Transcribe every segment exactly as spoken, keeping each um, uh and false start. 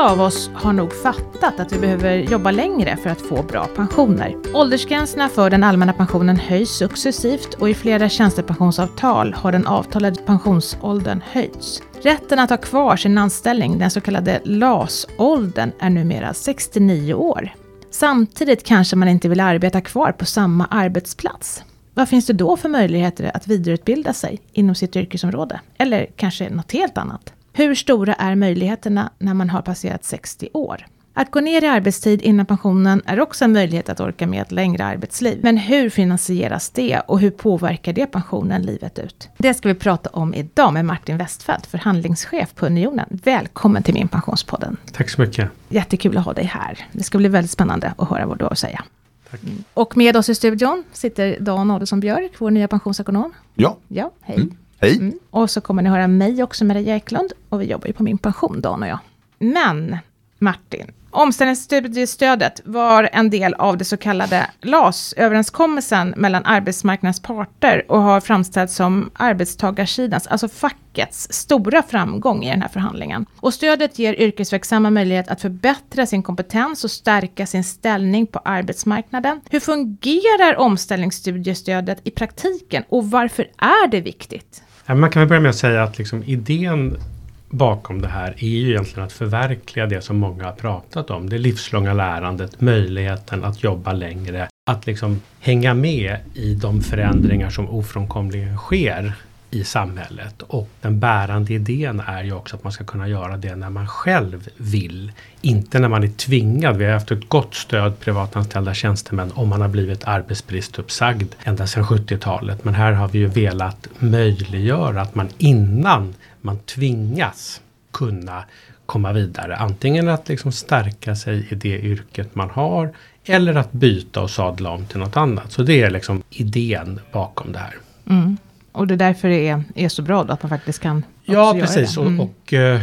av oss har nog fattat att vi behöver jobba längre för att få bra pensioner. Åldersgränserna för den allmänna pensionen höjs successivt och i flera tjänstepensionsavtal har den avtalade pensionsåldern höjts. Rätten att ha kvar sin anställning, den så kallade L A S-åldern, är numera sextionio år. Samtidigt kanske man inte vill arbeta kvar på samma arbetsplats. Vad finns det då för möjligheter att vidareutbilda sig inom sitt yrkesområde? Eller kanske något helt annat? Hur stora är möjligheterna när man har passerat sextio år? Att gå ner i arbetstid innan pensionen är också en möjlighet att orka med ett längre arbetsliv. Men hur finansieras det och hur påverkar det pensionen livet ut? Det ska vi prata om idag med Martin Westfeldt, förhandlingschef på Unionen. Välkommen till Min Pensionspodden. Tack så mycket. Jättekul att ha dig här. Det ska bli väldigt spännande att höra vad du har att säga. Tack. Och med oss i studion sitter Dan Adelsson Björk, vår nya pensionsekonom. Ja. Ja, hej. Mm. Hej. Mm. Och så kommer ni höra mig också, Maria Eklund. Och vi jobbar ju på Min Pension, Dan och jag. Men, Martin, omställningsstudiestödet var en del av det så kallade L A S-överenskommelsen mellan arbetsmarknadens parter och har framställts som arbetstagarsidans, alltså fackets, stora framgång i den här förhandlingen. Och stödet ger yrkesverksamma möjlighet att förbättra sin kompetens och stärka sin ställning på arbetsmarknaden. Hur fungerar omställningsstudiestödet i praktiken och varför är det viktigt? Ja, man kan väl börja med att säga att liksom idén bakom det här är ju egentligen att förverkliga det som många har pratat om. Det livslånga lärandet, möjligheten att jobba längre, att liksom hänga med i de förändringar som ofrånkomligen sker i samhället. Och den bärande idén är ju också att man ska kunna göra det när man själv vill. Inte när man är tvingad. Vi har haft ett gott stöd privatanställda tjänstemän om man har blivit arbetsbristuppsagd ända sedan sjuttiotalet. Men här har vi ju velat möjliggöra att man innan man tvingas kunna komma vidare. Antingen att liksom stärka sig i det yrket man har eller att byta och sadla om till något annat. Så det är liksom idén bakom det här. Mm. Och det är därför det är, är så bra då, att man faktiskt kan Ja, precis. Mm. Och, och eh,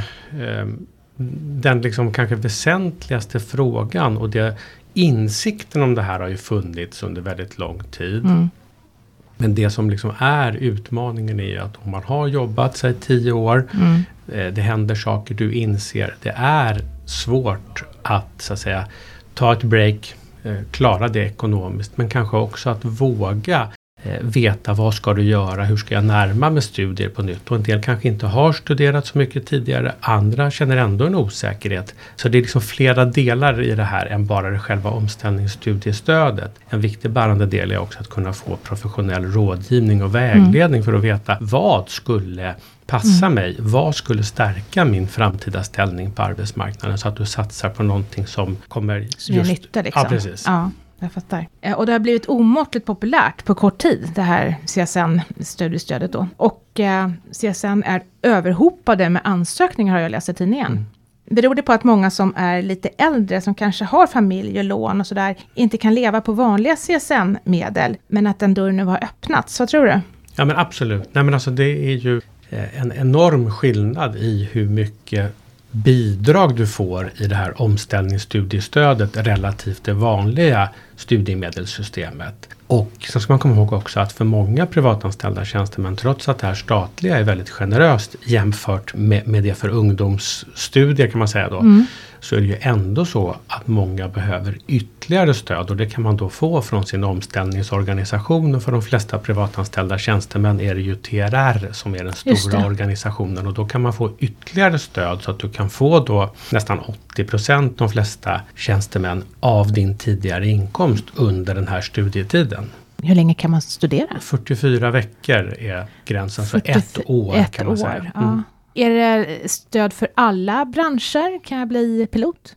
den liksom kanske väsentligaste frågan och det, insikten om det här har ju funnits under väldigt lång tid. Mm. Men det som liksom är utmaningen är att om man har jobbat sig tio år, Mm. eh, det händer saker du inser. Det är svårt att så att säga ta ett break, eh, klara det ekonomiskt, men kanske också att våga eh, veta vad ska du göra, hur ska jag närma mig studier på nytt. Och en del kanske inte har studerat så mycket tidigare, andra känner ändå en osäkerhet. Så det är liksom flera delar i det här än bara det själva omställningsstudiestödet. En viktig bärande del är också att kunna få professionell rådgivning och vägledning mm. för att veta vad skulle passa mm. mig, vad skulle stärka min framtida ställning på arbetsmarknaden så att du satsar på någonting som kommer som just... nytta liksom. Ja, precis. Ja. Jag fattar. Och det har blivit omåttligt populärt på kort tid, det här C S N-studiestödet då. Och eh, C S N är överhopade med ansökningar, har jag läst i tidningen. Mm. Beror det på att många som är lite äldre, som kanske har familj och lån och sådär, inte kan leva på vanliga C S N-medel, men att den dörren nu har öppnats? Vad tror du? Ja, men absolut. Nej, men alltså det är ju en enorm skillnad i hur mycket bidrag du får i det här omställningsstudiestödet relativt det vanliga studiemedelssystemet. Och så ska man komma ihåg också att för många privatanställda tjänstemän, trots att det här statliga är väldigt generöst jämfört med, med det för ungdomsstudier kan man säga då, mm. så är det ju ändå så att många behöver ytterligare stöd och det kan man då få från sin omställningsorganisation, och för de flesta privatanställda tjänstemän är det ju T R R som är den stora organisationen, och då kan man få ytterligare stöd så att du kan få då nästan åttio procent de flesta tjänstemän av din tidigare inkomst under den här studietiden. Hur länge kan man studera? fyrtiofyra veckor är gränsen för fyrtiofyra ett år ett kan man år, säga. Ja. Mm. Är det stöd för alla branscher? Kan jag bli pilot?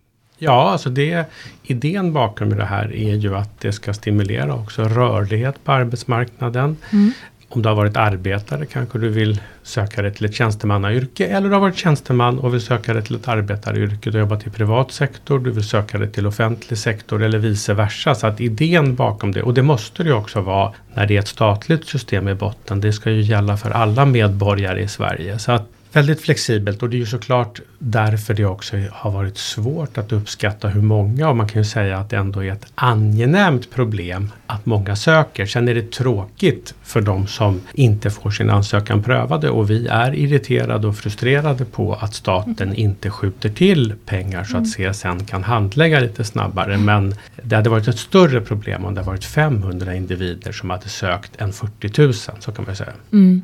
Ja, alltså det, idén bakom det här är ju att det ska stimulera också rörlighet på arbetsmarknaden. Mm. Om du har varit arbetare kanske du vill söka dig till ett tjänstemannayrke, eller du har varit tjänsteman och vill söka dig till ett arbetaryrke. Du har jobbat i privat sektor, du vill söka dig till offentlig sektor eller vice versa. Så att idén bakom det, och det måste det ju också vara när det är ett statligt system i botten, det ska ju gälla för alla medborgare i Sverige. Så att väldigt flexibelt och det är ju såklart därför det också har varit svårt att uppskatta hur många, och man kan ju säga att det ändå är ett angenämt problem att många söker. Sen är det tråkigt för de som inte får sin ansökan prövade och vi är irriterade och frustrerade på att staten inte skjuter till pengar så att C S N kan handlägga lite snabbare. Men det hade varit ett större problem om det hade varit femhundra individer som hade sökt än fyrtio tusen, så kan man säga. Mm.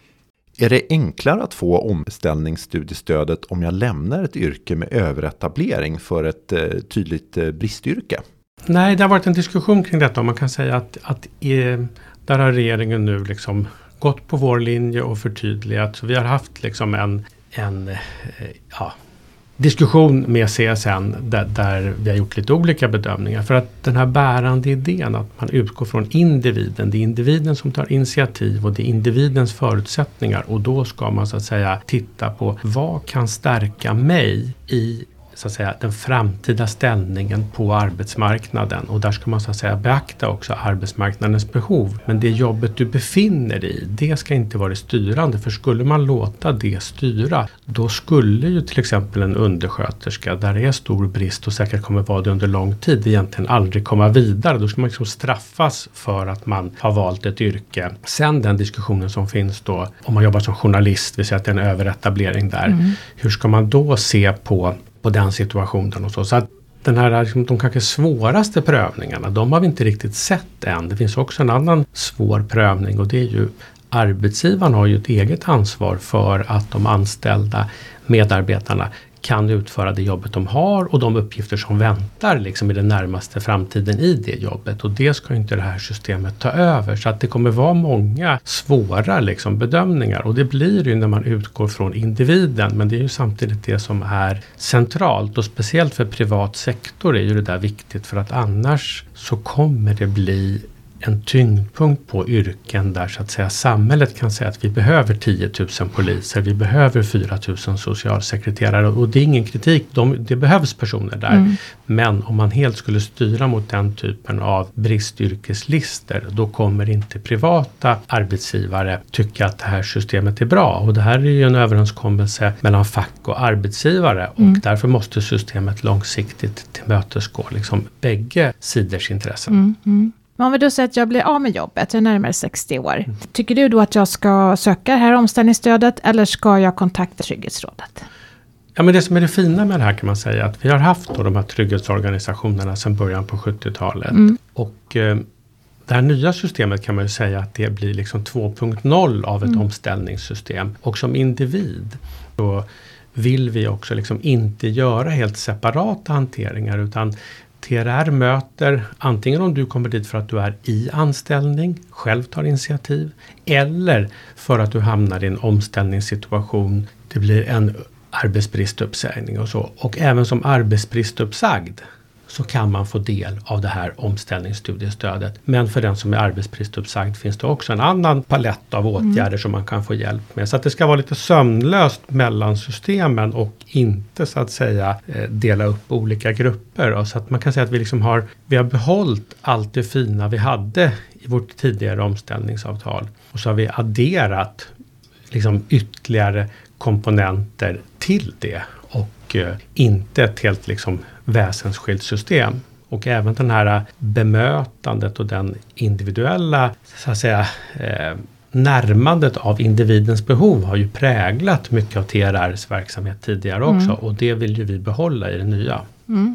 Är det enklare att få omställningsstudiestödet om jag lämnar ett yrke med överetablering för ett eh, tydligt eh, bristyrke? Nej, det har varit en diskussion kring detta. Man kan säga att, att eh, där har regeringen nu liksom gått på vår linje och förtydligat. Så vi har haft liksom en, en eh, ja, diskussion med C S N där, där vi har gjort lite olika bedömningar. För att den här bärande idén att man utgår från individen. Det är individen som tar initiativ och det är individens förutsättningar. Och då ska man så att säga titta på vad kan stärka mig i så att säga den framtida ställningen på arbetsmarknaden, och där ska man så att säga beakta också arbetsmarknadens behov. Men det jobbet du befinner i, det ska inte vara styrande, för skulle man låta det styra, då skulle ju till exempel en undersköterska där det är stor brist och säkert kommer vara det under lång tid egentligen aldrig komma vidare. Då ska man liksom straffas för att man har valt ett yrke. Sen den diskussionen som finns då om man jobbar som journalist, vi säger att det är en överetablering där. Mm. Hur ska man då se på på den situationen och så. Så att den här, liksom, de kanske svåraste prövningarna, de har vi inte riktigt sett än. Det finns också en annan svår prövning och det är ju arbetsgivaren har ju ett eget ansvar för att de anställda medarbetarna kan utföra det jobbet de har och de uppgifter som väntar liksom i den närmaste framtiden i det jobbet. Och det ska inte det här systemet ta över. Så att det kommer vara många svåra liksom bedömningar. Och det blir ju när man utgår från individen. Men det är ju samtidigt det som är centralt. Och speciellt för privat sektor är ju det där viktigt. För att annars så kommer det bli en tyngdpunkt på yrken där så att säga samhället kan säga att vi behöver tio tusen poliser, vi behöver fyra tusen socialsekreterare, och det är ingen kritik, de, det behövs personer där. Mm. Men om man helt skulle styra mot den typen av bristyrkeslister, då kommer inte privata arbetsgivare tycka att det här systemet är bra. Och det här är ju en överenskommelse mellan fack och arbetsgivare och mm. därför måste systemet långsiktigt tillmötesgå liksom bägge sidors intressen. Mm. Mm. Men om vi då säger att jag blir av med jobbet, jag är närmare sextio år. Mm. Tycker du då att jag ska söka det här omställningsstödet eller ska jag kontakta Trygghetsrådet? Ja, men det som är det fina med det här kan man säga att vi har haft då de här trygghetsorganisationerna sedan början på sjuttiotalet. Mm. Och eh, det här nya systemet kan man ju säga att det blir liksom två punkt noll av ett mm. omställningssystem. Och som individ då vill vi också liksom inte göra helt separata hanteringar, utan T R R möter antingen om du kommer dit för att du är i anställning, själv tar initiativ, eller för att du hamnar i en omställningssituation, det blir en arbetsbristuppsägning och så. Och även som arbetsbristuppsagd så kan man få del av det här omställningsstudiestödet. Men för den som är arbetsbristuppsagd finns det också en annan palett av åtgärder mm. som man kan få hjälp med. Så att det ska vara lite sömnlöst mellan systemen och inte så att säga dela upp olika grupper. Och så att man kan säga att vi, liksom har, vi har behållit allt det fina vi hade i vårt tidigare omställningsavtal. Och så har vi adderat liksom ytterligare komponenter till det. Och eh, inte ett helt liksom väsensskilt system. Och även den här bemötandet och den individuella så att säga, eh, närmandet av individens behov har ju präglat mycket av T R R:s verksamhet tidigare också. Mm. Och det vill ju vi behålla i det nya. Mm.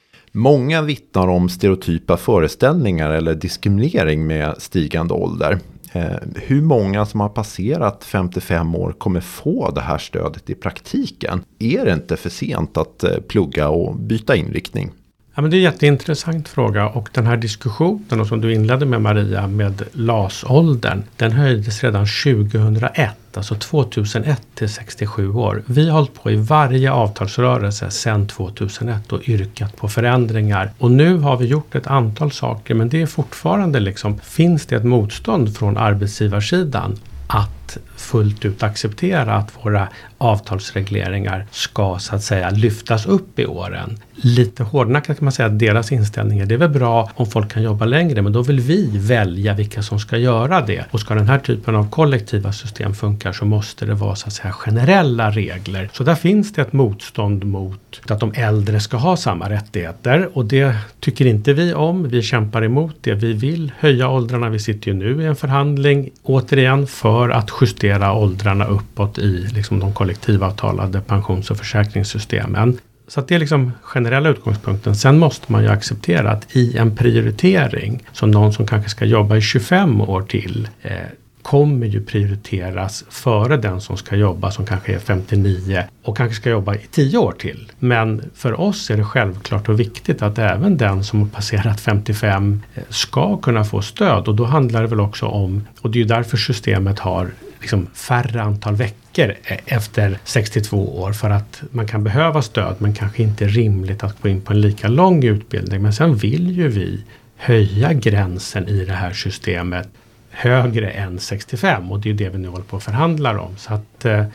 Många vittnar om stereotypa föreställningar eller diskriminering med stigande ålder. Eh, hur många som har passerat femtiofem år kommer få det här stödet i praktiken? Är det inte för sent att eh, plugga och byta inriktning? Ja, men det är en jätteintressant fråga, och den här diskussionen och som du inledde med Maria med L A S-åldern, den höjdes redan tjugohundraett, alltså tvåtusenett till sextiosju år. Vi har hållit på i varje avtalsrörelse sedan tvåtusenett och yrkat på förändringar. Och nu har vi gjort ett antal saker, men det är fortfarande liksom, finns det ett motstånd från arbetsgivarsidan att att fullt ut acceptera att våra avtalsregleringar ska så att säga lyftas upp i åren. Lite hårdnackat kan man säga att deras inställning är det är väl bra om folk kan jobba längre, men då vill vi välja vilka som ska göra det. Och ska den här typen av kollektiva system funka så måste det vara så att säga generella regler. Så där finns det ett motstånd mot att de äldre ska ha samma rättigheter, och det tycker inte vi om. Vi kämpar emot det. Vi vill höja åldrarna. Vi sitter ju nu i en förhandling återigen för att justera åldrarna uppåt i liksom de kollektivavtalade pensions- och försäkringssystemen. Så att det är liksom generella utgångspunkten. Sen måste man ju acceptera att i en prioritering, som någon som kanske ska jobba i tjugofem år till, eh, kommer ju prioriteras före den som ska jobba som kanske är femtionio och kanske ska jobba i tio år till. Men för oss är det självklart och viktigt att även den som har passerat femtiofem ska kunna få stöd, och då handlar det väl också om, och det är ju därför systemet har liksom färre antal veckor efter sextiotvå år, för att man kan behöva stöd men kanske inte är rimligt att gå in på en lika lång utbildning. Men sen vill ju vi höja gränsen i det här systemet högre än sextiofem, och det är ju det vi nu håller på att förhandla om. Så att, eh,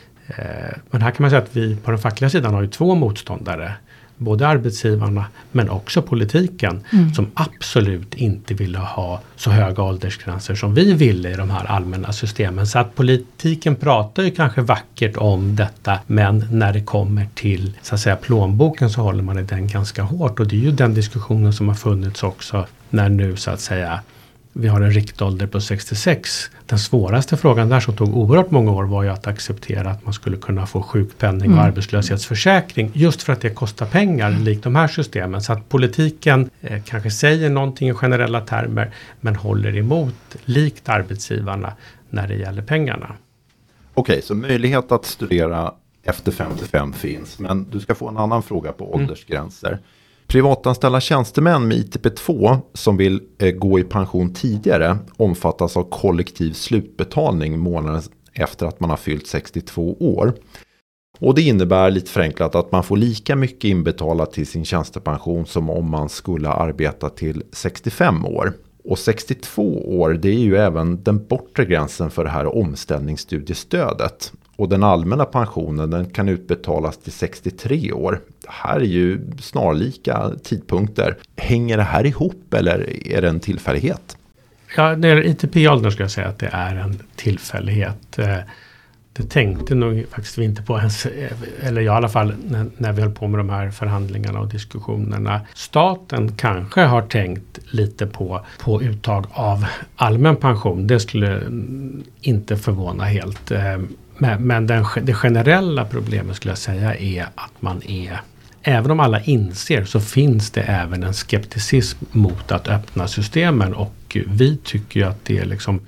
men här kan man säga att vi på den fackliga sidan har ju två motståndare. Både arbetsgivarna men också politiken mm. som absolut inte ville ha så höga åldersgränser som vi ville i de här allmänna systemen. Så att politiken pratar ju kanske vackert om detta, men när det kommer till så att säga plånboken så håller man i den ganska hårt, och det är ju den diskussionen som har funnits också när nu så att säga vi har en riktålder på sextiosex. Den svåraste frågan där som tog oerhört många år var ju att acceptera att man skulle kunna få sjukpenning och mm. arbetslöshetsförsäkring, just för att det kostar pengar mm. likt de här systemen. Så att politiken eh, kanske säger någonting i generella termer men håller emot likt arbetsgivarna när det gäller pengarna. Okej, så möjlighet att studera efter femtiofem finns, men du ska få en annan fråga på åldersgränser. Mm. Privatanställda tjänstemän med I T P två som vill eh, gå i pension tidigare omfattas av kollektiv slutbetalning månaden efter att man har fyllt sextiotvå år. Och det innebär lite förenklat att man får lika mycket inbetalat till sin tjänstepension som om man skulle arbeta till sextiofem år. Och sextiotvå år, det är ju även den bortre gränsen för det här omställningsstudiestödet. Och den allmänna pensionen, den kan utbetalas till sextiotre år. Det här är ju snarlika tidpunkter. Hänger det här ihop eller är det en tillfällighet? Ja, när det är I T P-åldern ska jag säga att det är en tillfällighet. Det tänkte nog faktiskt vi inte på ens, eller jag i alla fall när, när vi höll på med de här förhandlingarna och diskussionerna. Staten kanske har tänkt lite på, på uttag av allmän pension. Det skulle inte förvåna helt. Men, men den, det generella problemet skulle jag säga är att man är, även om alla inser så finns det även en skepticism mot att öppna systemen, och vi tycker ju att det liksom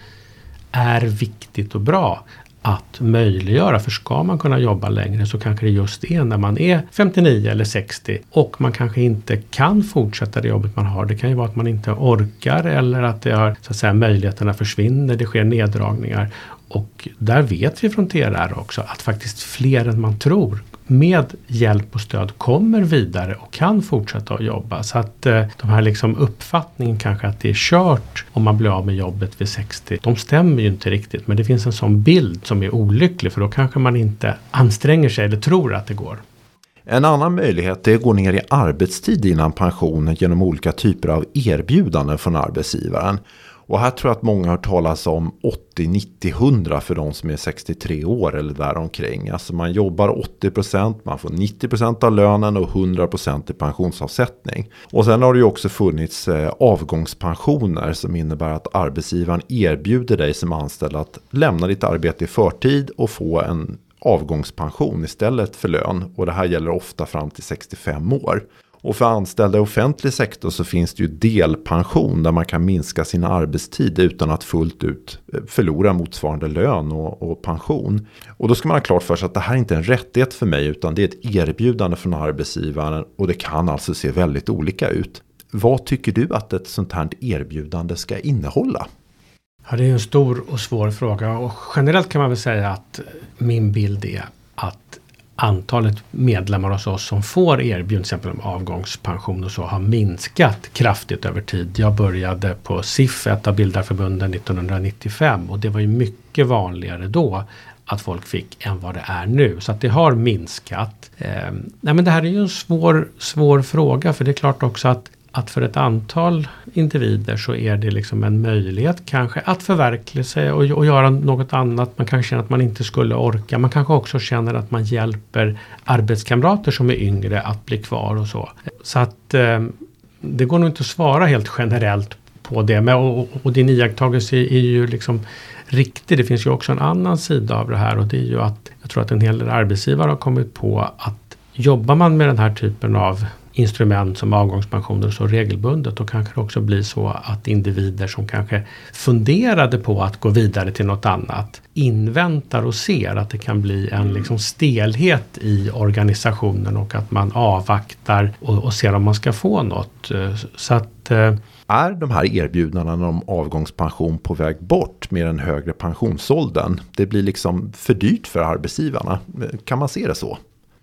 är viktigt och bra att möjliggöra, för ska man kunna jobba längre så kanske det just är när man är femtionio eller sextio och man kanske inte kan fortsätta det jobbet man har. Det kan ju vara att man inte orkar eller att det har, så att säga, möjligheterna försvinner, det sker neddragningar. Och där vet vi från T R R också att faktiskt fler än man tror med hjälp och stöd kommer vidare och kan fortsätta att jobba. Så att eh, de här liksom uppfattningen kanske att det är kört om man blir av med jobbet vid sextio, de stämmer ju inte riktigt. Men det finns en sån bild som är olycklig, för då kanske man inte anstränger sig eller tror att det går. En annan möjlighet är att gå ner i arbetstid innan pensionen genom olika typer av erbjudanden från arbetsgivaren. Och här tror jag att många har talas om åttio, nittio, hundra för de som är sextiotre år eller däromkring. Alltså man jobbar åttio procent, man får nittio procent av lönen och hundra procent i pensionsavsättning. Och sen har det ju också funnits eh, avgångspensioner som innebär att arbetsgivaren erbjuder dig som anställd att lämna ditt arbete i förtid och få en avgångspension istället för lön. Och det här gäller ofta fram till sextiofem år. Och för anställda i offentlig sektor så finns det ju delpension där man kan minska sin arbetstid utan att fullt ut förlora motsvarande lön och, och pension. Och då ska man ha klart för sig att det här är inte en rättighet för mig utan det är ett erbjudande från arbetsgivaren, och det kan alltså se väldigt olika ut. Vad tycker du att ett sånt här erbjudande ska innehålla? Ja, det är en stor och svår fråga, och generellt kan man väl säga att min bild är att antalet medlemmar hos oss som får erbjudande till exempel om avgångspension och så har minskat kraftigt över tid. Jag började på S I F, ett av bildarförbunden, nittonhundranittiofem och det var ju mycket vanligare då att folk fick än vad det är nu. Så att det har minskat. Eh, nej men det här är ju en svår, svår fråga, för det är klart också att att för ett antal individer så är det liksom en möjlighet kanske att förverkliga sig och, och göra något annat. Man kanske känner att man inte skulle orka. Man kanske också känner att man hjälper arbetskamrater som är yngre att bli kvar och så. Så att eh, det går nog inte att svara helt generellt på det. Men, och, och din iakttagelse är ju liksom riktig. Det finns ju också en annan sida av det här, och det är ju att jag tror att en hel del arbetsgivare har kommit på att jobbar man med den här typen av instrument som avgångspensioner så regelbundet, då kanske det också blir så att individer som kanske funderade på att gå vidare till något annat inväntar och ser att det kan bli en liksom stelhet i organisationen och att man avvaktar och, och ser om man ska få något. Så att eh, är de här erbjudandena om avgångspension på väg bort med den högre pensionsåldern? Det blir liksom för dyrt för arbetsgivarna. Kan man se det så?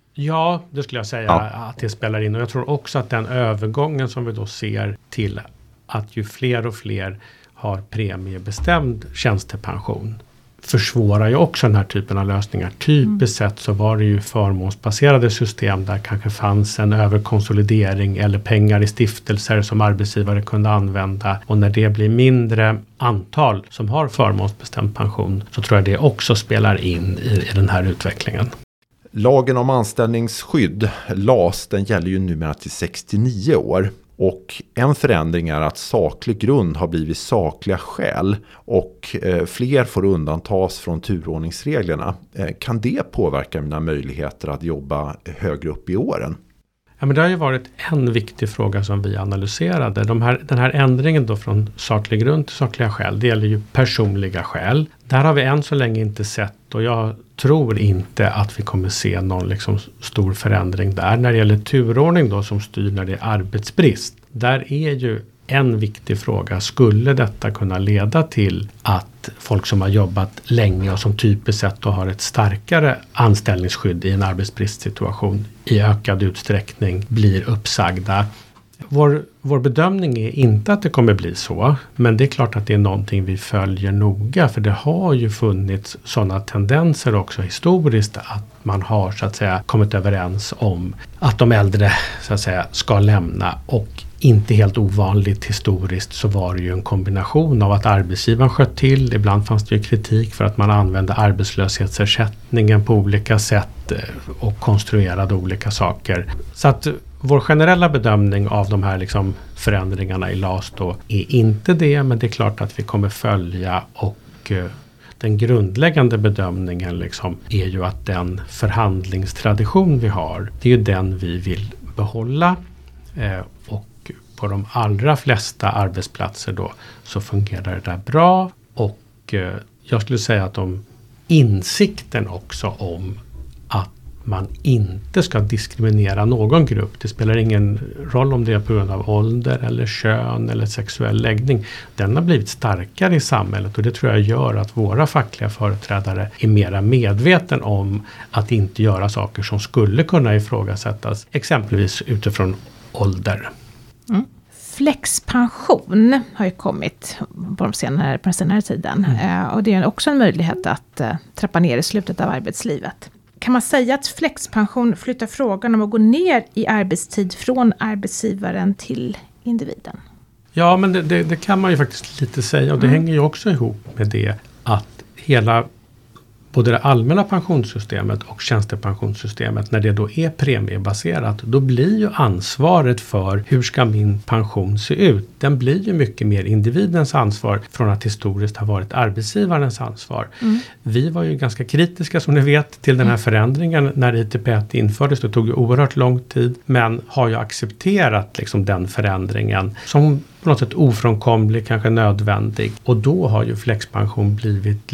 Ja, det skulle jag säga ja. Att det spelar in. Och jag tror också att den övergången som vi då ser till att ju fler och fler har premiebestämd tjänstepension försvårar ju också den här typen av lösningar. Typiskt mm. sett så var det ju förmånsbaserade system där kanske fanns en överkonsolidering eller pengar i stiftelser som arbetsgivare kunde använda. Och när det blir mindre antal som har förmånsbestämd pension så tror jag det också spelar in i, i den här utvecklingen. Lagen om anställningsskydd, L A S, den gäller ju numera till sextionio år. Och en förändring är att saklig grund har blivit sakliga skäl och eh, fler får undantas från turordningsreglerna. Eh, kan det påverka mina möjligheter att jobba högre upp i åren? Ja, men det har ju varit en viktig fråga som vi analyserade. De här, den här ändringen då från saklig grund till sakliga skäl, det gäller ju personliga skäl. Där har vi än så länge inte sett, och jag tror inte att vi kommer se någon liksom stor förändring där. När det gäller turordning då som styr när det är arbetsbrist, där är ju en viktig fråga, skulle detta kunna leda till att folk som har jobbat länge och som typiskt sett då har ett starkare anställningsskydd i en arbetsbristsituation i ökad utsträckning blir uppsagda? Vår, vår bedömning är inte att det kommer bli så, men det är klart att det är någonting vi följer noga, för det har ju funnits sådana tendenser också historiskt att man har så att säga kommit överens om att de äldre så att säga ska lämna, och inte helt ovanligt historiskt så var det ju en kombination av att arbetsgivaren sköt till. Ibland fanns det ju kritik för att man använde arbetslöshetsersättningen på olika sätt och konstruerade olika saker. Så att vår generella bedömning av de här liksom förändringarna i L A S då är inte det, men det är klart att vi kommer följa, och den grundläggande bedömningen liksom är ju att den förhandlingstradition vi har, det är ju den vi vill behålla, eh, och på de allra flesta arbetsplatser då så fungerar det där bra, och eh, jag skulle säga att om insikten också om att man inte ska diskriminera någon grupp. Det spelar ingen roll om det är på grund av ålder eller kön eller sexuell läggning. Den har blivit starkare i samhället, och det tror jag gör att våra fackliga företrädare är mera medveten om att inte göra saker som skulle kunna ifrågasättas, exempelvis utifrån ålder. Mm. Flexpension har ju kommit på, de senare, på den senare tiden. Mm. Eh, och det är också en möjlighet att eh, trappa ner i slutet av arbetslivet. Kan man säga att flexpension flyttar frågan om att gå ner i arbetstid från arbetsgivaren till individen? Ja, men det, det, det kan man ju faktiskt lite säga, och det mm. hänger ju också ihop med det att hela både det allmänna pensionssystemet och tjänstepensionssystemet, när det då är premiebaserat, då blir ju ansvaret för hur ska min pension se ut, den blir ju mycket mer individens ansvar från att historiskt ha varit arbetsgivarens ansvar. Mm. Vi var ju ganska kritiska, som ni vet, till den här mm. förändringen när I T P ett infördes. Det tog ju oerhört lång tid, men har ju accepterat liksom den förändringen som på något sätt ofrånkomlig, kanske nödvändig. Och då har ju flexpension blivit liksom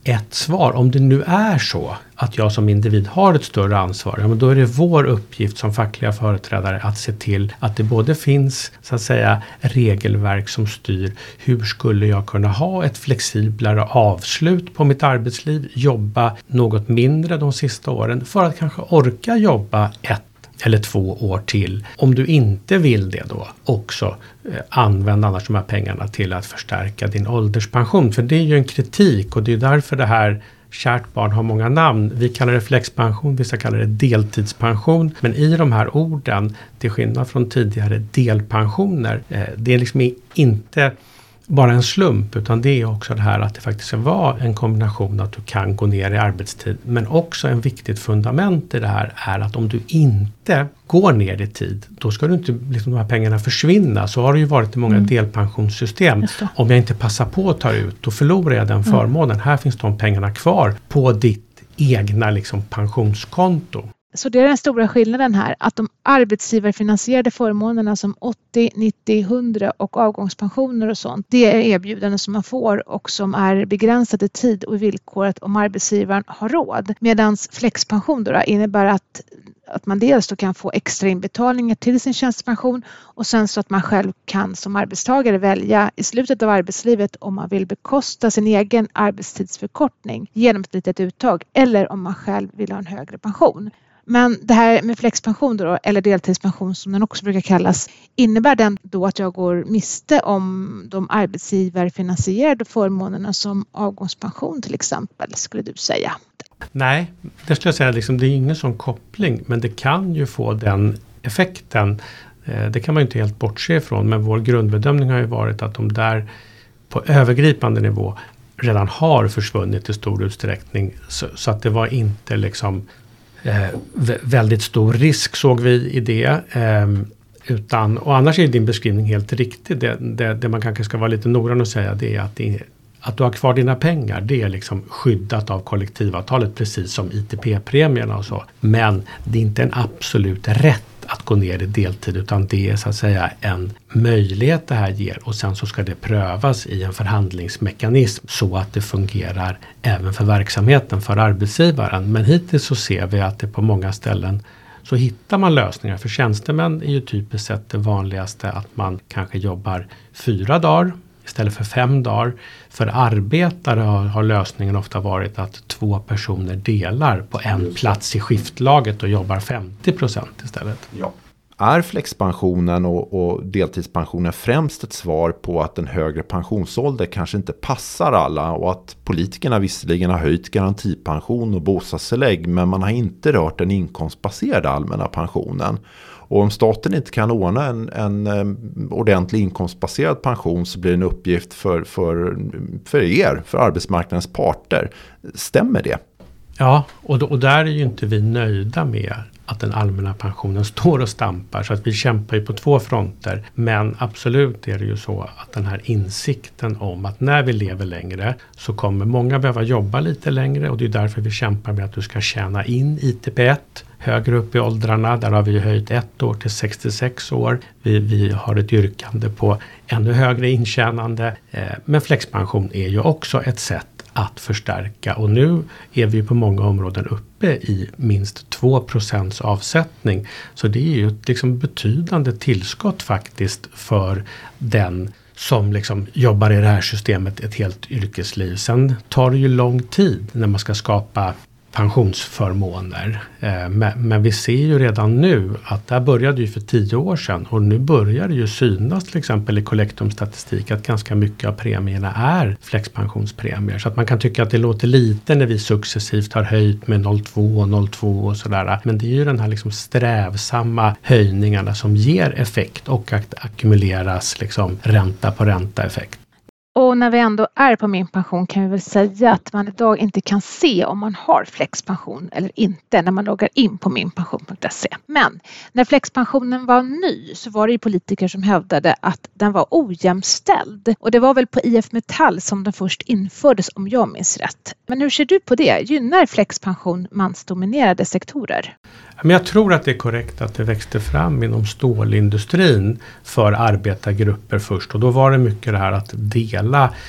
ett svar. Om det nu är så att jag som individ har ett större ansvar, ja, men då är det vår uppgift som fackliga företrädare att se till att det både finns så att säga regelverk som styr hur skulle jag kunna ha ett flexiblare avslut på mitt arbetsliv, jobba något mindre de sista åren för att kanske orka jobba ett eller två år till. Om du inte vill det då också eh, använd annars de här pengarna till att förstärka din ålderspension. För det är ju en kritik och det är därför det här kärt barn har många namn. Vi kallar det flexpension, vissa kallar det deltidspension. Men i de här orden, till skillnad från tidigare delpensioner, eh, det är liksom inte bara en slump, utan det är också det här att det faktiskt ska vara en kombination att du kan gå ner i arbetstid. Men också en viktigt fundament i det här är att om du inte går ner i tid, då ska du inte liksom de här pengarna försvinna. Så har det ju varit i många mm. delpensionssystem. Om jag inte passar på att ta ut, då förlorar jag den förmånen. Mm. Här finns de pengarna kvar på ditt egna liksom pensionskonto. Så det är den stora skillnaden här, att de arbetsgivarfinansierade förmånerna som åttio, nittio, hundra och avgångspensioner och sånt, det är erbjudanden som man får och som är begränsade tid och villkoret om arbetsgivaren har råd. Medan flexpension då innebär att att man dels då kan få extra inbetalningar till sin tjänstepension och sen så att man själv kan som arbetstagare välja i slutet av arbetslivet om man vill bekosta sin egen arbetstidsförkortning genom ett litet uttag eller om man själv vill ha en högre pension. Men det här med flexpension då, eller deltidspension som den också brukar kallas, innebär den då att jag går miste om de arbetsgivarfinansierade förmånerna som avgångspension till exempel, skulle du säga? Nej, det skulle jag säga liksom, det är ingen sån koppling, men det kan ju få den effekten. Det kan man ju inte helt bortse ifrån, men vår grundbedömning har ju varit att de där på övergripande nivå redan har försvunnit i stor utsträckning, så, så att det var inte liksom eh, väldigt stor risk såg vi i det. Eh, utan, och annars är din beskrivning helt riktig. Det, det, det man kanske ska vara lite noggrann och säga, det är att det är Att du har kvar dina pengar, det är liksom skyddat av kollektivavtalet precis som I T P-premierna och så. Men det är inte en absolut rätt att gå ner i deltid, utan det är så att säga en möjlighet det här ger, och sen så ska det prövas i en förhandlingsmekanism så att det fungerar även för verksamheten, för arbetsgivaren. Men hittills så ser vi att det på många ställen så hittar man lösningar. För tjänstemän är ju typiskt sett det vanligaste att man kanske jobbar fyra dagar istället för fem dagar. För arbetare har, har lösningen ofta varit att två personer delar på en plats i skiftlaget och jobbar femtio procent istället. Ja. Är flexpensionen och, och deltidspensionen främst ett svar på att en högre pensionsålder kanske inte passar alla, och att politikerna visserligen har höjt garantipension och bostadstillägg, men man har inte rört den inkomstbaserade allmänna pensionen? Och om staten inte kan ordna en, en um, ordentlig inkomstbaserad pension, så blir det en uppgift för, för, för er, för arbetsmarknadens parter. Stämmer det? Ja, och, då, och där är ju inte vi nöjda med att den allmänna pensionen står och stampar, så att vi kämpar ju på två fronter. Men absolut är det ju så att den här insikten om att när vi lever längre så kommer många behöva jobba lite längre, och det är därför vi kämpar med att du ska tjäna in I T P ett högre upp i åldrarna. Där har vi höjt ett år till sextiosex år. Vi, vi har ett yrkande på ännu högre intjänande. Eh, men flexpension är ju också ett sätt att förstärka, och nu är vi på många områden uppe i minst två procents avsättning. Så det är ju ett liksom betydande tillskott faktiskt för den som liksom jobbar i det här systemet ett helt yrkesliv. Sen tar det ju lång tid när man ska skapa pensionsförmåner. Eh, men, men vi ser ju redan nu att det här började ju för tio år sedan, och nu börjar det ju synas till exempel i Collectum-statistik att ganska mycket av premierna är flexpensionspremier. Så att man kan tycka att det låter lite när vi successivt har höjt med noll komma två och noll komma två och sådär. Men det är ju den här liksom strävsamma höjningarna som ger effekt, och att ackumuleras liksom ränta på ränta effekt. Och när vi ändå är på Min pension kan vi väl säga att man idag inte kan se om man har flexpension eller inte när man loggar in på min pension punkt se. Men när flexpensionen var ny så var det ju politiker som hävdade att den var ojämställd. Och det var väl på I F Metall som den först infördes, om jag minns rätt. Men hur ser du på det? Gynnar flexpension mansdominerade sektorer? Men jag tror att det är korrekt att det växte fram inom stålindustrin för arbetargrupper först. Och då var det mycket det här att dela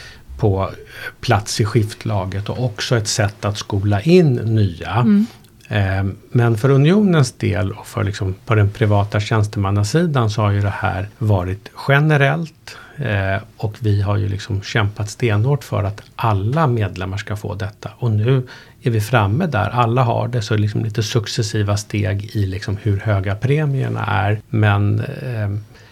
på plats i skiftlaget och också ett sätt att skola in nya. Mm. Eh, men för Unionens del och för liksom på den privata tjänstemannasidan så har ju det här varit generellt. Eh, och vi har ju liksom kämpat stenhårt för att alla medlemmar ska få detta. Och nu är vi framme där. Alla har det, så liksom lite successiva steg i liksom hur höga premierna är. Men eh,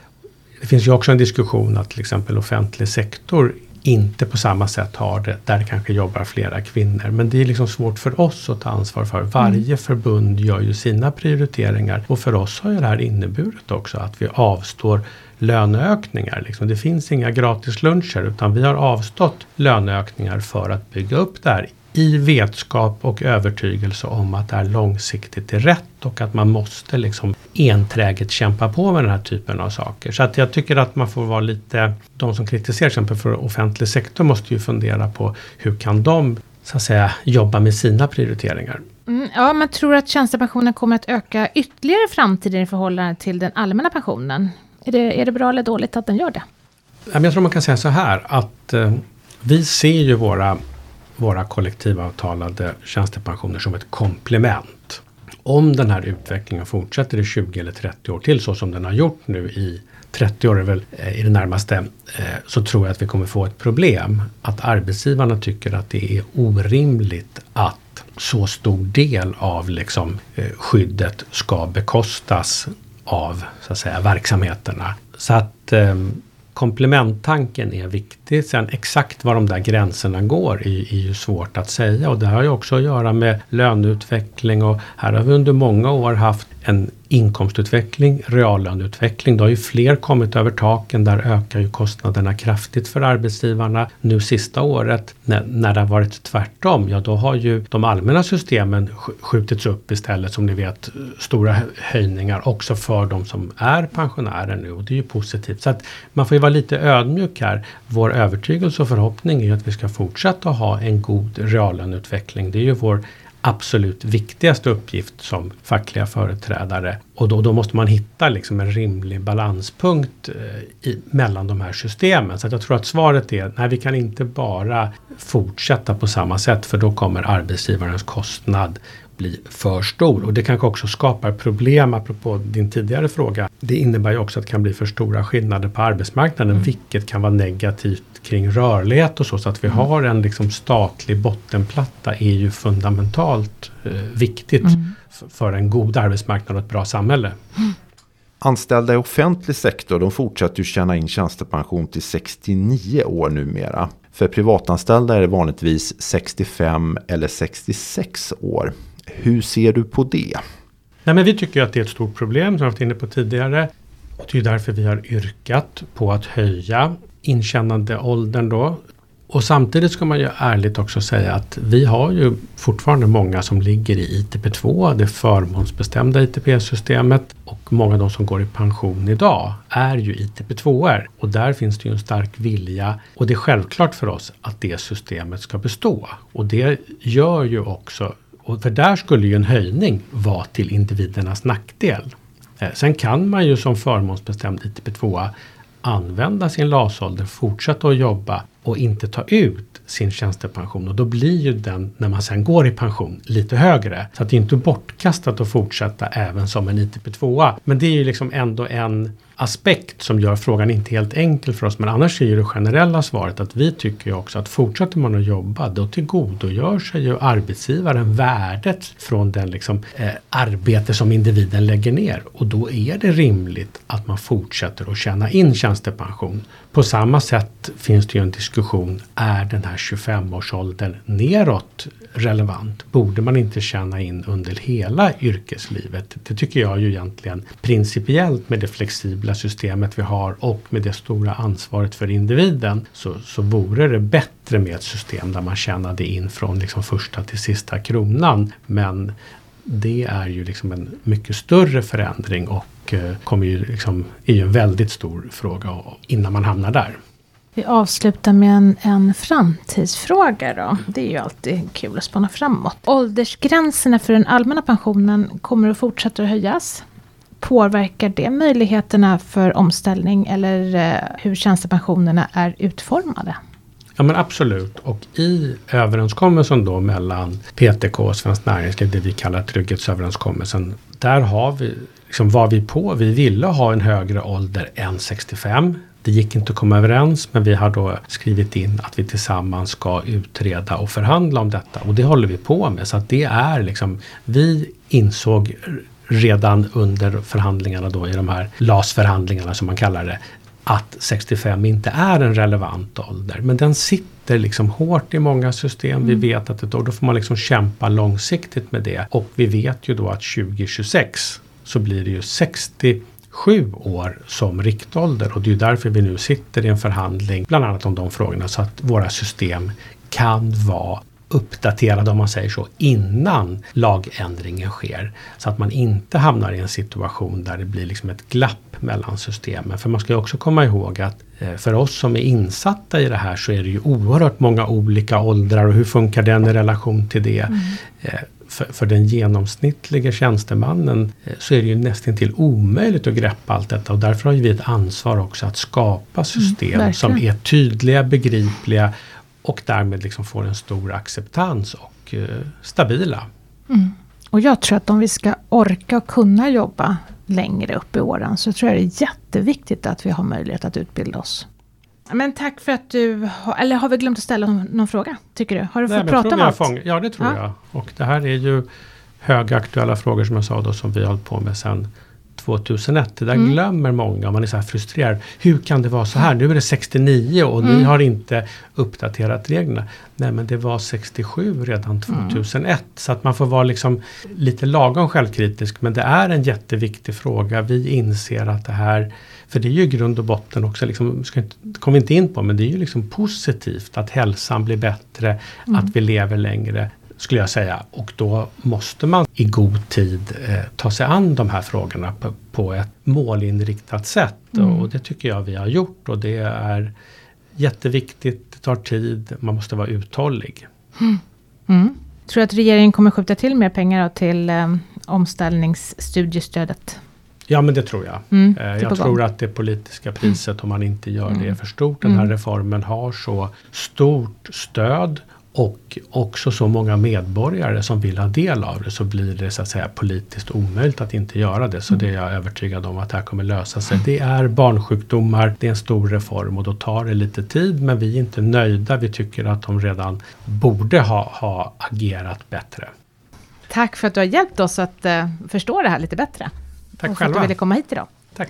det finns ju också en diskussion att till exempel offentlig sektor inte på samma sätt har det, där det kanske jobbar flera kvinnor. Men det är liksom svårt för oss att ta ansvar för. Varje mm. förbund gör ju sina prioriteringar. Och för oss har ju det här inneburit också att vi avstår löneökningar. Liksom. Det finns inga gratis luncher, utan vi har avstått löneökningar för att bygga upp det här i vetskap och övertygelse om att det är långsiktigt är rätt och att man måste liksom enträget kämpa på med den här typen av saker. Så att jag tycker att man får vara lite, de som kritiserar exempel för offentlig sektor måste ju fundera på hur kan de så att säga jobba med sina prioriteringar. Mm, ja, man tror att tjänstepensionen kommer att öka ytterligare i framtiden i förhållande till den allmänna pensionen. Är det, är det bra eller dåligt att den gör det? Jag tror man kan säga så här att eh, vi ser ju våra våra kollektivavtalade tjänstepensioner som ett komplement. Om den här utvecklingen fortsätter i tjugo eller trettio år till så som den har gjort nu i trettio år är väl eh, i det närmaste eh, så tror jag att vi kommer få ett problem. Att arbetsgivarna tycker att det är orimligt att så stor del av liksom, eh, skyddet ska bekostas av så att säga, verksamheterna. Så att eh, komplementtanken är viktig. Sen exakt var de där gränserna går är, är ju svårt att säga. Och det har ju också att göra med löneutveckling. Och här har vi under många år haft en inkomstutveckling, reallöneutveckling. Då har ju fler kommit över taken. Där ökar ju kostnaderna kraftigt för arbetsgivarna. Nu sista året när, när det har varit tvärtom. Ja, då har ju de allmänna systemen skjutits upp istället. Som ni vet, stora höjningar också för de som är pensionärer nu. Och det är ju positivt. Så att man får ju vara lite ödmjuk här. Vår övertygelse och förhoppning är ju att vi ska fortsätta ha en god reallöneutveckling. Det är ju vår absolut viktigaste uppgift som fackliga företrädare. Och då, då måste man hitta liksom en rimlig balanspunkt eh, i, mellan de här systemen. Så att jag tror att svaret är nej, vi kan inte bara fortsätta på samma sätt, för då kommer arbetsgivarens kostnad bli för stor. Och det kanske också skapar problem, apropå din tidigare fråga. Det innebär ju också att det kan bli för stora skillnader på arbetsmarknaden, mm. vilket kan vara negativt kring rörlighet och så. Så att vi mm. har en liksom statlig bottenplatta är ju fundamentalt eh, viktigt mm. f- för en god arbetsmarknad och ett bra samhälle. Mm. Anställda i offentlig sektor, de fortsätter ju tjäna in tjänstepension till sextionio år numera. För privatanställda är det vanligtvis sextiofem eller sextiosex år. Hur ser du på det? Nej, men vi tycker att det är ett stort problem som jag varit inne på tidigare. Och det är därför vi har yrkat på att höja intjänandeåldern då. Och samtidigt ska man ju ärligt också säga att vi har ju fortfarande många som ligger i I T P två, det förmånsbestämda I T P-systemet. Och många av de som går i pension idag är ju I T P två-er. Och där finns det ju en stark vilja. Och det är självklart för oss att det systemet ska bestå. Och det gör ju också, och för där skulle ju en höjning vara till individernas nackdel. Sen kan man ju som förmånsbestämd I T P två använda sin L A S-ålder, fortsätta att jobba och inte ta ut sin tjänstepension. Och då blir ju den, när man sen går i pension, lite högre. Så att det är inte bortkastat att fortsätta även som en I T P två. Men det är ju liksom ändå en aspekt som gör frågan inte helt enkel för oss. Men annars är ju det generella svaret att vi tycker ju också att fortsätter man att jobba, då tillgodogör sig ju arbetsgivaren värdet från den liksom, eh, arbete som individen lägger ner. Och då är det rimligt att man fortsätter att tjäna in tjänstepension. På samma sätt finns det ju en diskussion, är den här tjugofem-årsåldern neråt relevant? Borde man inte tjäna in under hela yrkeslivet? Det tycker jag ju egentligen principiellt med det flexibla systemet vi har och med det stora ansvaret för individen så, så vore det bättre med ett system där man tjänade in från liksom första till sista kronan. Men det är ju liksom en mycket större förändring och eh, kommer ju liksom, är ju en väldigt stor fråga innan man hamnar där. Vi avslutar med en, en framtidsfråga då. Det är ju alltid kul att spana framåt. Åldersgränserna för den allmänna pensionen kommer att fortsätta att höjas. Påverkar det möjligheterna för omställning eller eh, hur tjänstepensionerna är utformade? Ja men absolut, och i överenskommelsen då mellan P T K och Svenskt Näringsliv, det vi kallar trygghetsöverenskommelsen, där har vi, liksom var vi på, vi ville ha en högre ålder än sextiofem. Det gick inte att komma överens, men vi har då skrivit in att vi tillsammans ska utreda och förhandla om detta. Och det håller vi på med, så att det är liksom, vi insåg redan under förhandlingarna då i de här L A S-förhandlingarna som man kallar det, att sextiofem inte är en relevant ålder. Men den sitter liksom hårt i många system. Mm. Vi vet att det, då får man liksom kämpa långsiktigt med det. Och vi vet ju då att tjugo tjugosex så blir det ju sextiosju år som riktålder. Och det är ju därför vi nu sitter i en förhandling bland annat om de frågorna, så att våra system kan vara uppdaterade, om man säger så, innan lagändringen sker. Så att man inte hamnar i en situation där det blir liksom ett glapp mellan systemen. För man ska ju också komma ihåg att eh, för oss som är insatta i det här så är det ju oerhört många olika åldrar, och hur funkar den i relation till det? Mm. Eh, för, för den genomsnittliga tjänstemannen eh, så är det ju nästan till omöjligt att greppa allt detta, och därför har vi ett ansvar också att skapa system mm, som är tydliga, begripliga och därmed liksom får en stor acceptans och eh, stabila. Mm. Och jag tror att om vi ska orka och kunna jobba längre upp i åren, så tror jag det är jätteviktigt att vi har möjlighet att utbilda oss. Men tack för att du har, eller har vi glömt att ställa någon, någon fråga, tycker du? Har du fått prata om allt? Fång, ja, det tror ja. jag. Och det här är ju högaktuella frågor som jag sa då, som vi har hållit på med sedan tvåtusenett. Det där mm. glömmer många, och man är så här frustrerad. Hur kan det vara så här? Nu är det sextionio och mm. ni har inte uppdaterat reglerna. Nej, men det var sextiosju redan tvåtusenett. Mm. Så att man får vara liksom lite lagom självkritisk. Men det är en jätteviktig fråga. Vi inser att det här, för det är ju i grund och botten också, liksom, ska inte, kommer vi inte in på, men det är ju liksom positivt att hälsan blir bättre, mm. att vi lever längre, skulle jag säga. Och då måste man i god tid eh, ta sig an de här frågorna på, på ett målinriktat sätt. Mm. Och det tycker jag vi har gjort. Och det är jätteviktigt, det tar tid, man måste vara uthållig. Mm. Mm. Tror du att regeringen kommer skjuta till mer pengar till eh, omställningsstudiestödet? Ja, men det tror jag. Mm, eh, jag tror gång. att det politiska priset, mm. om man inte gör det, är för stort. Den här mm. reformen har så stort stöd och också så många medborgare som vill ha del av det, så blir det så att säga politiskt omöjligt att inte göra det. Så mm. det är jag övertygad om att det här kommer lösa sig. Det är barnsjukdomar, det är en stor reform, och då tar det lite tid, men vi är inte nöjda. Vi tycker att de redan borde ha, ha agerat bättre. Tack för att du har hjälpt oss att uh, förstå det här lite bättre. Tack och själva. Och att du ville komma hit idag. Tack.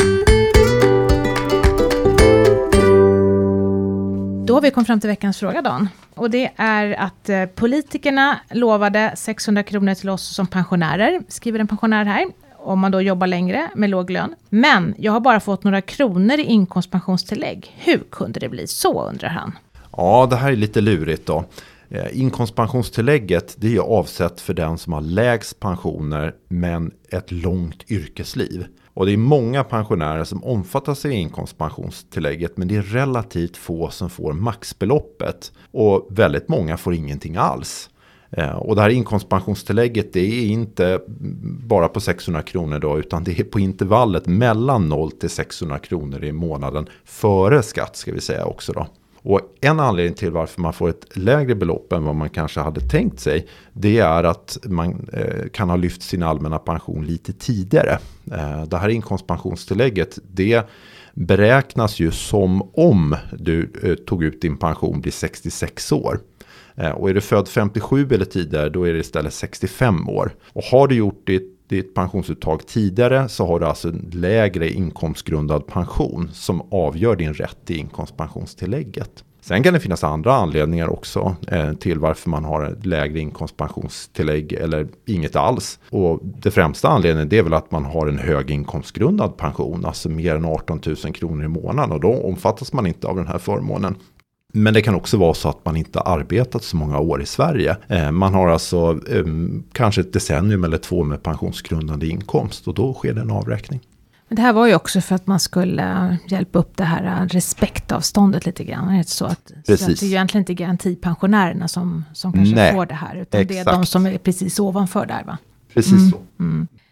Då har vi kommit fram till veckans fråga, Dan. Och det är att eh, politikerna lovade sexhundra kronor till oss som pensionärer, skriver en pensionär här, om man då jobbar längre med låg lön. Men jag har bara fått några kronor i inkomstpensionstillägg. Hur kunde det bli så, undrar han? Ja, det här är lite lurigt då. Inkomstpensionstillägget, det är avsett för den som har lägst pensioner men ett långt yrkesliv. Och det är många pensionärer som omfattas av inkomstpensionstillägget, men det är relativt få som får maxbeloppet. Och väldigt många får ingenting alls. Och det här inkomstpensionstillägget, det är inte bara på sexhundra kronor då, utan det är på intervallet mellan noll till sexhundra kronor i månaden före skatt, ska vi säga också då. Och en anledning till varför man får ett lägre belopp än vad man kanske hade tänkt sig, det är att man eh, kan ha lyft sin allmänna pension lite tidigare. Eh, det här inkomstpensionstillägget, det beräknas ju som om du eh, tog ut din pension vid sextiosex år. Eh, och är du född femtiosju eller tidigare, då är det istället sextiofem år. Och har du gjort ditt ditt pensionsuttag tidigare, så har du alltså en lägre inkomstgrundad pension som avgör din rätt till inkomstpensionstillägget. Sen kan det finnas andra anledningar också eh, till varför man har ett lägre inkomstpensionstillägg eller inget alls. Och det främsta anledningen, det är väl att man har en hög inkomstgrundad pension, alltså mer än arton tusen kronor i månaden, och då omfattas man inte av den här förmånen. Men det kan också vara så att man inte har arbetat så många år i Sverige. Eh, man har alltså eh, kanske ett decennium eller två med pensionsgrundande inkomst, och då sker det en avräkning. Men det här var ju också för att man skulle hjälpa upp det här respektavståndet lite grann. Det är så att, så att det är ju egentligen inte garantipensionärerna som, som kanske Nej, får det här, utan exakt. Det är de som är precis ovanför där, va? Precis mm. så. Mm.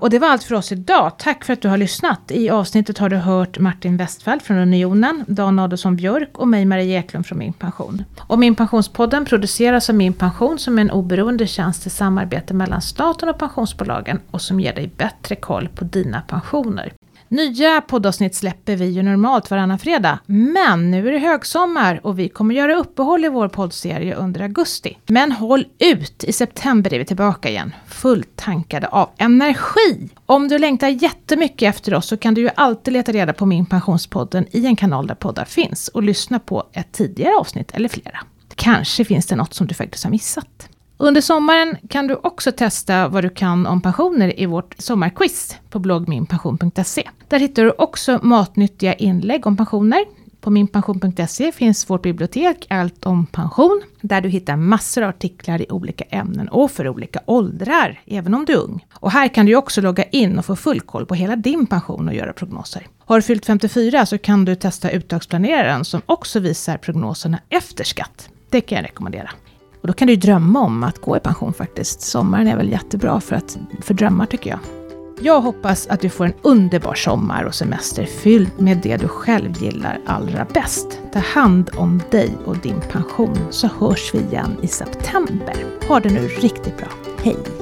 Och det var allt för oss idag. Tack för att du har lyssnat. I avsnittet har du hört Martin Westphal från Unionen, Dan Adolfsson Björk och mig Marie Eklund från Min Pension. Och Min Pensionspodden produceras av Min Pension som är en oberoende tjänst i samarbete mellan staten och pensionsbolagen och som ger dig bättre koll på dina pensioner. Nya poddavsnitt släpper vi ju normalt varannan fredag, men nu är det högsommar och vi kommer göra uppehåll i vår poddserie under augusti. Men håll ut, i september är vi tillbaka igen, fullt tankade av energi. Om du längtar jättemycket efter oss så kan du ju alltid leta reda på Min Pensionspodden i en kanal där poddar finns och lyssna på ett tidigare avsnitt eller flera. Kanske finns det något som du faktiskt har missat. Under sommaren kan du också testa vad du kan om pensioner i vårt sommarquiz på blogg min pension punkt se. Där hittar du också matnyttiga inlägg om pensioner. På min pension punkt se finns vårt bibliotek Allt om pension, där du hittar massor av artiklar i olika ämnen och för olika åldrar, även om du är ung. Och här kan du också logga in och få full koll på hela din pension och göra prognoser. Har du fyllt femtiofyra så kan du testa uttagsplaneraren som också visar prognoserna efter skatt. Det kan jag rekommendera. Och då kan du ju drömma om att gå i pension faktiskt. Sommaren är väl jättebra för, att, för drömmar tycker jag. Jag hoppas att du får en underbar sommar och semester fylld med det du själv gillar allra bäst. Ta hand om dig och din pension så hörs vi igen i september. Ha det nu riktigt bra. Hej!